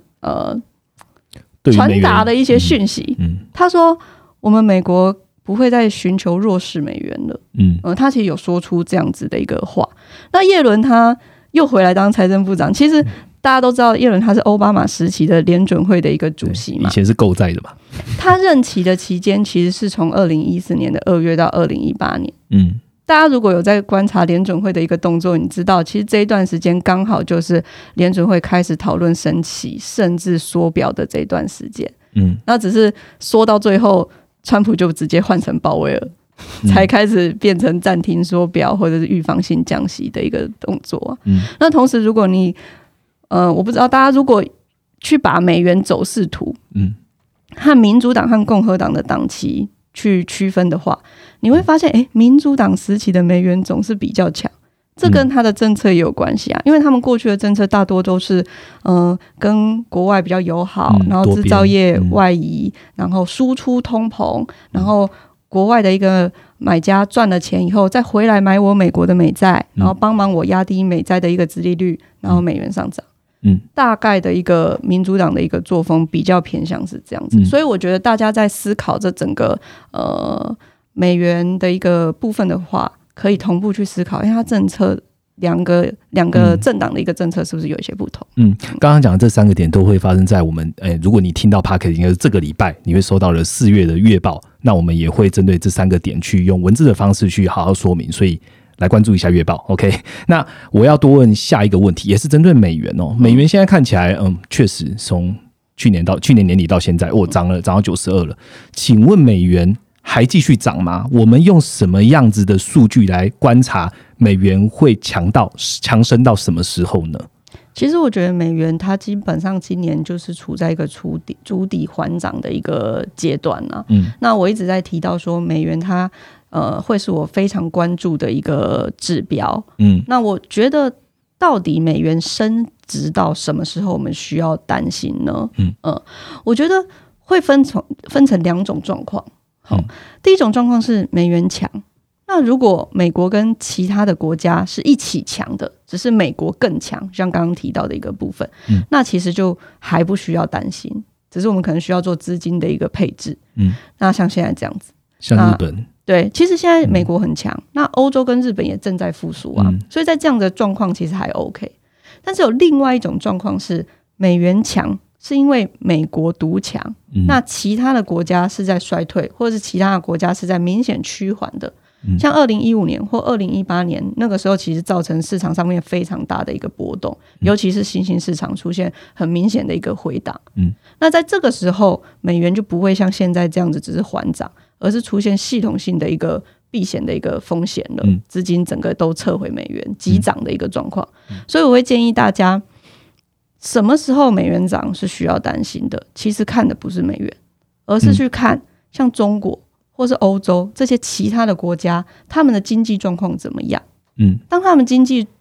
传达的一些讯息。他说我们美国不会再寻求弱势美元了。他其实有说出这样子的一个话。那耶伦他又回来当财政部长，其实大家都知道耶伦他是奥巴马时期的联准会的一个主席嘛， 以前是购债的嘛。 他任期的期间其实是从2014年的2月到2018年。大家如果有在观察联准会的一个动作，你知道其实这一段时间刚好就是联准会开始讨论升息甚至缩表的这一段时间。那只是缩到最后川普就直接换成鲍威尔，才开始变成暂停缩表或者是预防性降息的一个动作。那同时如果你我不知道大家如果去把美元走势图和民主党和共和党的党旗去区分的话，你会发现民主党时期的美元总是比较强，这跟他的政策也有关系啊，因为他们过去的政策大多都是跟国外比较友好，然后制造业外移，然后输出通膨，然后国外的一个买家赚了钱以后再回来买我美国的美债，然后帮忙我压低美债的一个殖利率，然后美元上涨。大概的一个民主党的一个作风比较偏向是这样子。所以我觉得大家在思考这整个美元的一个部分的话，可以同步去思考，因为它政策两个政党的一个政策是不是有一些不同。 刚刚讲的这3个点都会发生在我们如果你听到 Podcast 应该是这个礼拜你会收到了4月的月报，那我们也会针对这3个点去用文字的方式去好好说明，所以来关注一下月报 OK。 那我要多问下一个问题，也是针对美元哦。美元现在看起来确实从去年年底到现在涨到92了，请问美元还继续涨吗？我们用什么样子的数据来观察美元会强升到什么时候呢？ 其实我觉得美元它基本上今年就是处在一个筑底缓涨的一个阶段啦。那我一直在提到说美元它会是我非常关注的一个指标。那我觉得到底美元升值到什么时候我们需要担心呢？我觉得会分成2种状况。第一种状况是美元强，那如果美国跟其他的国家是一起强的，只是美国更强，像刚刚提到的一个部分，那其实就还不需要担心，只是我们可能需要做资金的一个配置。那像现在这样子， 像日本， 对，其实现在美国很强，那欧洲跟日本也正在复苏啊，所以在这样的状况其实还 OK。但是有另外一种状况是美元强是因为美国独强，那其他的国家是在衰退，或者是其他的国家是在明显趋缓的。像2015年或2018年那个时候，其实造成市场上面非常大的一个波动，尤其是新兴市场出现很明显的一个回档。那在这个时候，美元就不会像现在这样子只是缓涨，而是出现系统性的一个避险的一个风险了，资金整个都撤回美元，急涨的一个状况。所以我会建议大家，什么时候美元涨是需要担心的，其实看的不是美元，而是去看像中国或是欧洲这些其他的国家，他们的经济状况怎么样。当他们经济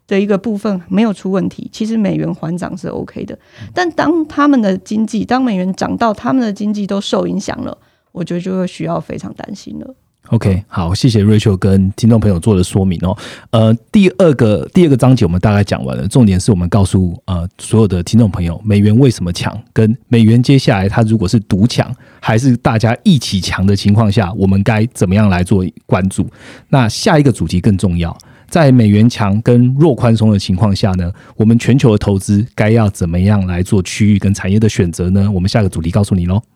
的一个部分没有出问题，其实美元缓涨是 OK 的。但当他们的经济，当美元涨到他们的经济都受影响了，我觉得就会需要非常担心了。 OK， 好，谢谢 Rachel 跟听众朋友做的说明哦。第二个章节我们大概讲完了，重点是我们告诉所有的听众朋友，美元为什么强，跟美元接下来它如果是独强，还是大家一起强的情况下，我们该怎么样来做关注？那下一个主题更重要，在美元强跟弱宽松的情况下呢，我们全球的投资该要怎么样来做区域跟产业的选择呢？我们下个主题告诉你咯。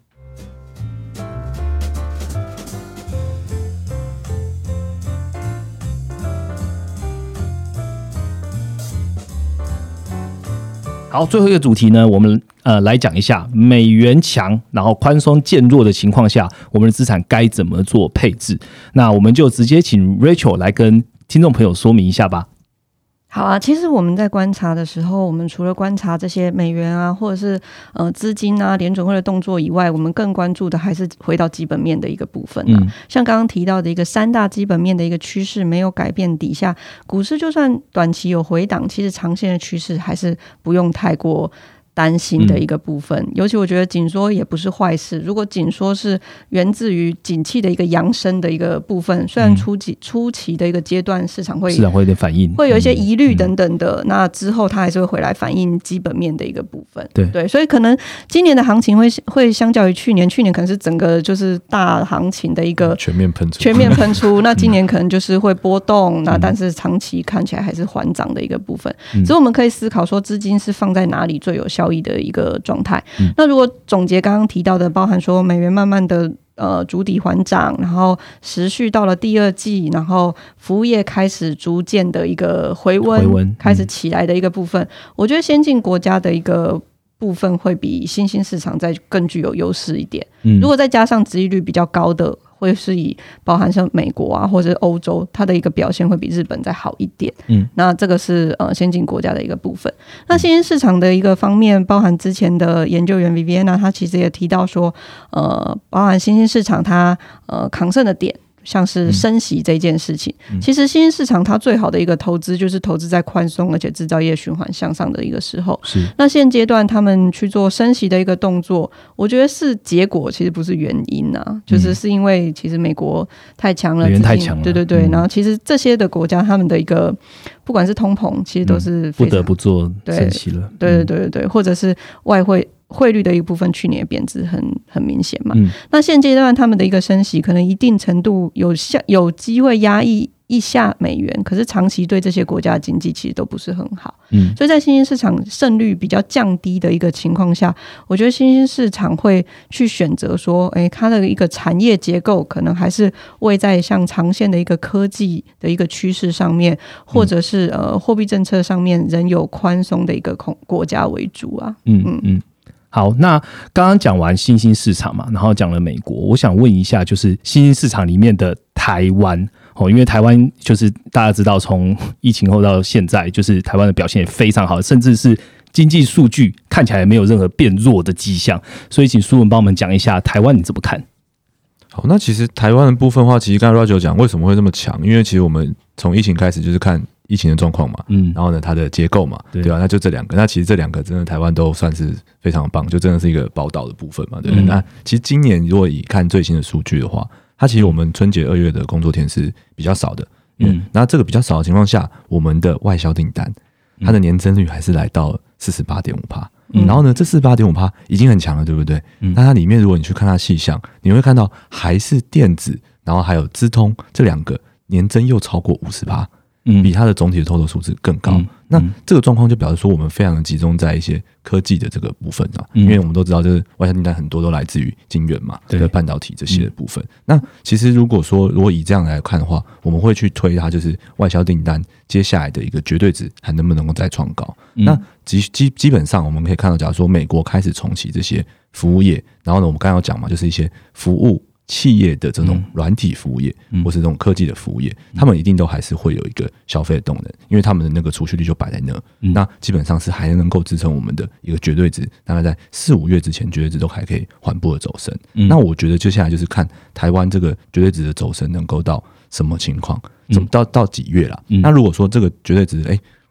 好，最后一个主题呢，我们来讲一下美元强，然后宽松渐弱的情况下，我们的资产该怎么做配置？那我们就直接请 Rachel 来跟听众朋友说明一下吧。 好啊，其实我们在观察的时候，我们除了观察这些美元啊，或者是资金啊、联准会的动作以外，我们更关注的还是回到基本面的一个部分啊。像刚刚提到的一个3大基本面的一个趋势没有改变底下，股市就算短期有回档，其实长线的趋势还是不用太过担心的一个部分。尤其我觉得紧缩也不是坏事，如果紧缩是源自于景气的一个扬升的一个部分，虽然初期的一个阶段市场会有点反应， 会有一些疑虑等等的，那之后它还是会回来反映基本面的一个部分。对，所以可能今年的行情会相较于去年可能是整个就是大行情的一个全面喷出那今年可能就是会波动，那但是长期看起来还是缓涨的一个部分。所以我们可以思考说资金是放在哪里最有效益的一个状态。那如果总结刚刚提到的，包含说美元慢慢的筑底缓涨，然后持续到了第二季，然后服务业开始逐渐的一个回温开始起来的一个部分，我觉得先进国家的一个部分会比新兴市场再更具有优势一点。如果再加上殖利率比较高的，会是以包含像美国啊或者欧洲，它的一个表现会比日本再好一点。那这个是先进国家的一个部分。那新兴市场的一个方面，包含之前的研究员 Viviana 他其实也提到说，包含新兴市场它抗胜的点，像是升息这件事情，其实新兴市场它最好的一个投资就是投资在宽松而且制造业循环向上的一个时候。那现阶段他们去做升息的一个动作，我觉得是结果，其实不是原因啊，就是因为其实美国太强了， 美元太强了， 对，然后其实这些的国家他们的一个不管是通膨，其实都是不得不做升息了。 对，或者是汇率的一部分去年也贬值很明显嘛。那现阶段他们的一个升息可能一定程度有机会压抑一下美元，可是长期对这些国家的经济其实都不是很好。所以在新兴市场胜率比较降低的一个情况下，我觉得新兴市场会去选择说它的一个产业结构可能还是位在像长线的一个科技的一个趋势上面，或者是货币政策上面仍有宽松的一个国家为主啊。 好，那刚刚讲完新兴市场嘛，然后讲了美国，我想问一下，就是新兴市场里面的台湾，因为台湾就是大家知道，从疫情后到现在，就是台湾的表现也非常好，甚至是经济数据看起来没有任何变弱的迹象，所以请苏文帮我们讲一下台湾你怎么看？ 好，那其实台湾的部分的话，其实刚才 Roger 讲为什么会这么强，因为其实我们从疫情开始就是看疫情的状况嘛，然后呢它的结构嘛，对吧？那就这两个，那其实这两个真的台湾都算是非常棒，就真的是一个宝岛的部分嘛，对不对？那其实今年如果以看最新的数据的话，它其实我们春节2月的工作天是比较少的，那这个比较少的情况下，我们的外销订单它的年增率还是来到 48.5%，然后呢这 48.5% 已经很强了，对不对？那它里面如果你去看它细项，你会看到还是电子，然后还有资通这两个年增又超过 50%，比它的总体的 total 数字更高。那这个状况就表示说我们非常的集中在一些科技的这个部分啊，因为我们都知道就是外销订单很多都来自于晶圆嘛，对，半导体这些的部分。那其实如果以这样来看的话，我们会去推它就是外销订单接下来的一个绝对值还能不能够再创高。那基本上我们可以看到，假如说美国开始重启这些服务业，然后呢我们刚刚有讲嘛，就是一些服务企业的这种软体服务业，或是这种科技的服务业，他们一定都还是会有一个消费的动能，因为他们的那个储蓄率就摆在那，那基本上是还能够支撑我们的一个绝对值，大概在4-5月之前，绝对值都还可以缓步的走升。那我觉得接下来就是看台湾这个绝对值的走升能够到什么情况，到几月啦。那如果说这个绝对值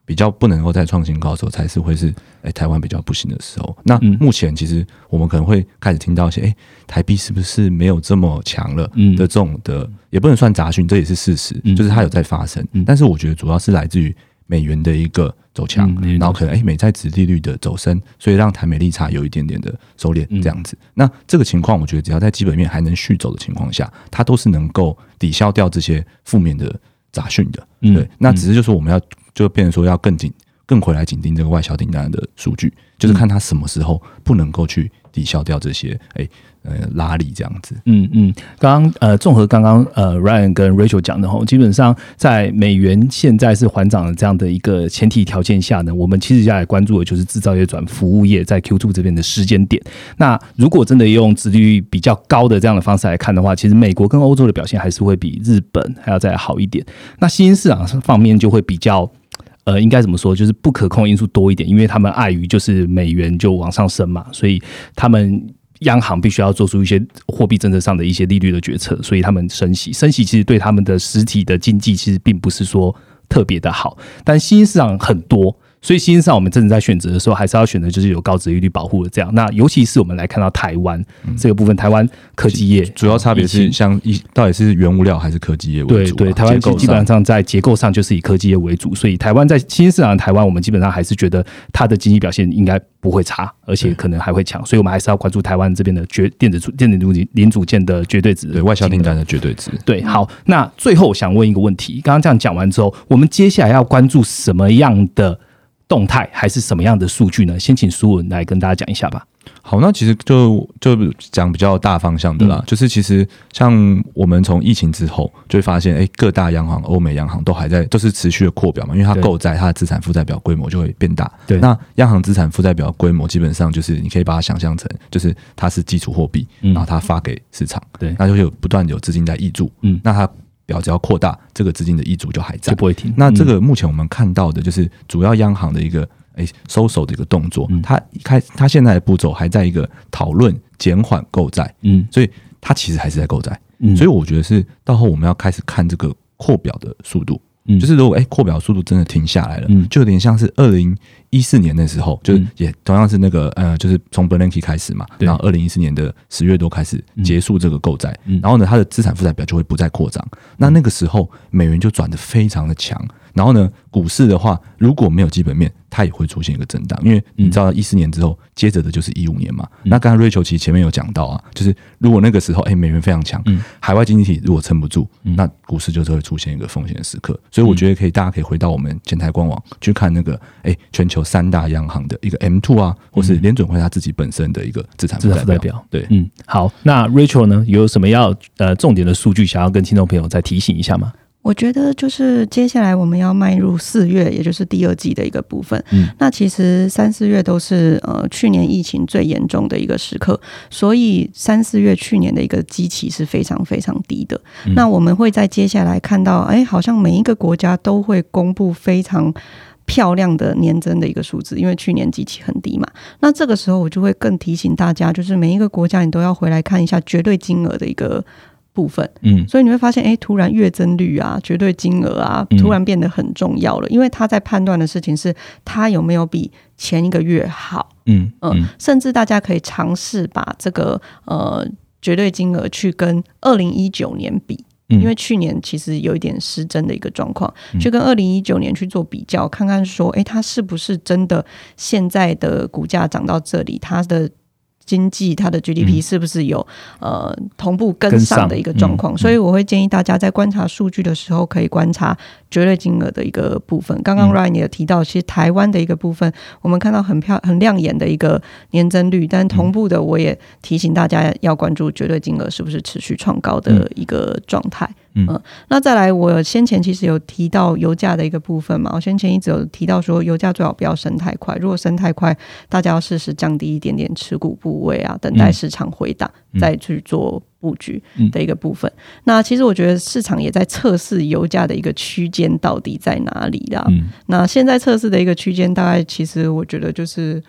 比较不能够再创新高的时候，才是会是台湾比较不行的时候。那目前其实我们可能会开始听到一些台币是不是没有这么强了的这种的，也不能算杂讯，这也是事实，就是它有在发生。但是我觉得主要是来自于美元的一个走强，然后可能美债殖利率的走升，所以让台美利差有一点点的收敛这样子。那这个情况，我觉得只要在基本面还能续走的情况下，它都是能够抵消掉这些负面的杂讯的。对，那只是就是我们要就变成说要更回来紧盯这个外销订单的数据，就是看它什么时候不能够去抵消掉这些拉力这样子。 刚刚综合刚刚Ryan 跟 Rachel 讲的吼，基本上在美元现在是缓涨的这样的一个前提条件下呢，我们其实要来关注的就是制造业转服务业在 Q2 这边的时间点。那如果真的用殖利率比较高的这样的方式来看的话，其实美国跟欧洲的表现还是会比日本还要再好一点。那新兴市场方面就会比较应该怎么说，就是不可控因素多一点，因为他们碍于就是美元就往上升嘛，所以他们央行必须要做出一些货币政策上的一些利率的决策，所以他们升息其实对他们的实体的经济其实并不是说特别的好，但新兴市场很多，所以新兴市场我们真的在选择的时候还是要选择就是有高殖利率保护的这样。那尤其是我们来看到台湾这个部分，台湾科技业主要差别是到底是原物料还是科技业为主。 对，台湾基本上在结构上就是以科技业为主，所以台湾在新兴市场的台湾，我们基本上还是觉得它的经济表现应该不会差，而且可能还会强，所以我们还是要关注台湾这边的电子零组件的绝对值， 对外销订单的绝对值。 对，好，那最后我想问一个问题，刚刚这样讲完之后，我们接下来要关注什么样的动态，还是什么样的数据呢？先请苏文来跟大家讲一下吧。 好，那其实就讲比较大方向的啦，就是其实像我们从疫情之后就会发现，各大央行、欧美央行都是持续的扩表嘛，因为它购债，它的资产负债表规模就会变大。对，那央行资产负债表规模基本上就是你可以把它想象成，就是它是基础货币，然后它发给市场，对，那就会不断有资金在挹注，那它表只要扩大，这个资金的挹注就还在， 就不会停。 那这个目前我们看到的就是主要央行的一个收手的一个动作，它现在的步骤还在一个讨论减缓购债，所以它其实还是在购债，所以我觉得是到后我们要开始看这个扩表的速度，就是如果扩表速度真的停下来了，就有点像是2014年的时候，就是也同样是那个就是从 Bernanke 开始嘛，然后2014年的10月多开始结束这个购债，然后呢，它的资产负债表就会不再扩张，那个时候美元就转得非常的强。然后呢，股市的话，如果没有基本面，它也会出现一个震荡，因为你知道14年之后，接着的就是15年嘛。那刚刚 Rachel 其实前面有讲到啊，就是如果那个时候美元非常强，海外经济体如果撑不住，那股市就是会出现一个风险的时刻。所以我觉得大家可以回到我们前台官网去看那个全球3大央行的一个 M2 啊，或是联准会它自己本身的一个资产负债表。对， 好，那 Rachel 呢，有什么要重点的数据想要跟听众朋友再提醒一下吗？ 我觉得就是接下来我们要迈入4月，也就是第2季的一个部分。那其实3、4月都是去年疫情最严重的一个时刻，所以3、4月去年的一个基期是非常非常低的。那我们会在接下来看到，好像每一个国家都会公布非常漂亮的年增的一个数字，因为去年基期很低嘛。那这个时候我就会更提醒大家，就是每一个国家你都要回来看一下绝对金额的一个部分，所以你会发现，突然月增率啊、绝对金额啊，突然变得很重要了，因为他在判断的事情是他有没有比前一个月好，甚至大家可以尝试把这个绝对金额去跟2019年比。因为去年其实有一点失真的一个状况，去跟2019年去做比较，看看说，它是不是真的现在的股价涨到这里，它的经济它的 GDP 是不是有同步跟上的一个状况，所以我会建议大家在观察数据的时候可以观察绝对金额的一个部分。刚刚 Ryan 也有提到，其实台湾的一个部分我们看到很亮眼的一个年增率，但同步的我也提醒大家要关注绝对金额是不是持续创高的一个状态。那再来，我先前其实有提到油价的一个部分嘛，我先前一直有提到说油价最好不要升太快，如果升太快，大家要适时降低一点点持股部位啊，等待市场回档，再去做布局的一个部分。那其实我觉得市场也在测试油价的一个区间到底在哪里啦。那现在测试的一个区间大概其实我觉得就是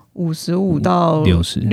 55到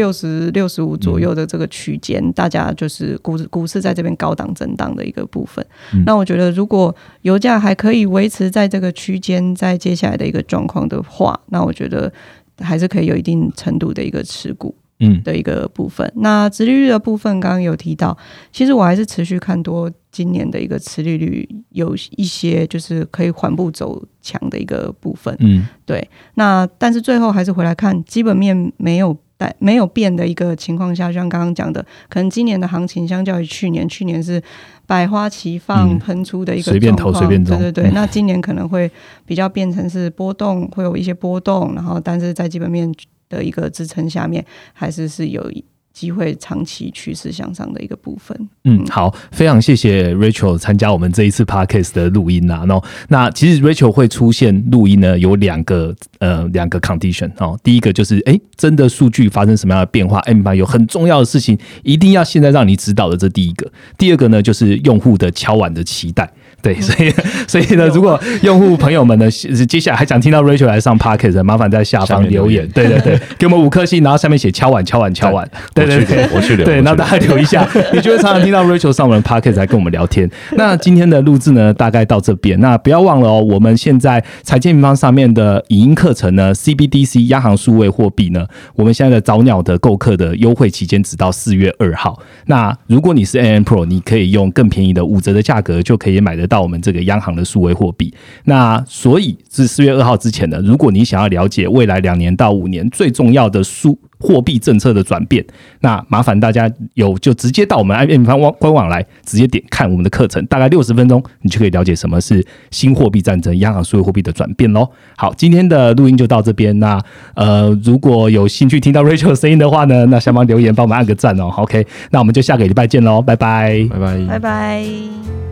65左右的这个区间，大家就是股市在这边高档震荡的一个部分。那我觉得如果油价还可以维持在这个区间，在接下来的一个状况的话，那我觉得还是可以有一定程度的一个持股的一个部分。那殖利率的部分刚刚有提到，其实我还是持续看多今年的一个殖利率有一些就是可以缓步走强的一个部分。对。那但是最后还是回来看基本面没有变的一个情况下，像刚刚讲的，可能今年的行情相较于去年是百花齐放喷出的一个状况， 随便投随便中。 对，那今年可能会比较变成是波动，会有一些波动，然后但是在基本面的一个支撑下面，还是有机会长期趋势向上的一个部分。 好，非常谢谢 Rachel 参加我们这一次 Podcast 的录音啊。那其实 Rachel 会出现录音呢，有两个 condition 第一个就是真的数据发生什么样的变化 ，M 盘有很重要的事情一定要现在让你知道的，这第一个。第二个呢，就是用户的敲碗的期待。对，所以呢，如果用户朋友们呢，接下来还想听到 Rachel 来上 Podcast， 麻烦在下方留言，对，给我们5颗星，然后下面写敲碗，对， 我去留， 对，那大家留一下，你就会常常听到 Rachel 上我们的 Podcast 来跟我们聊天。那今天的录制呢，大概到这边，那不要忘了我们现在财经平方上面的影音课程呢 ，CBDC 央行数位货币呢，我们现在的早鸟的购课的优惠期间只到4月2号。那如果你是 AN Pro， 你可以用更便宜的5折的价格就可以买得到我们这个央行的数位货币。那所以是4月2号之前呢，如果你想要了解未来2年到5年最重要的货币政策的转变，那麻烦大家就直接到我们 IM 官网来直接点看我们的课程，大概60分钟你就可以了解什么是新货币战争、央行数位货币的转变咯。好，今天的录音就到这边。那如果有兴趣听到 Rachel 的声音的话呢，那下方留言帮我们按个赞哦。OK， 那我们就下个礼拜见咯，拜拜， 拜拜， 拜拜。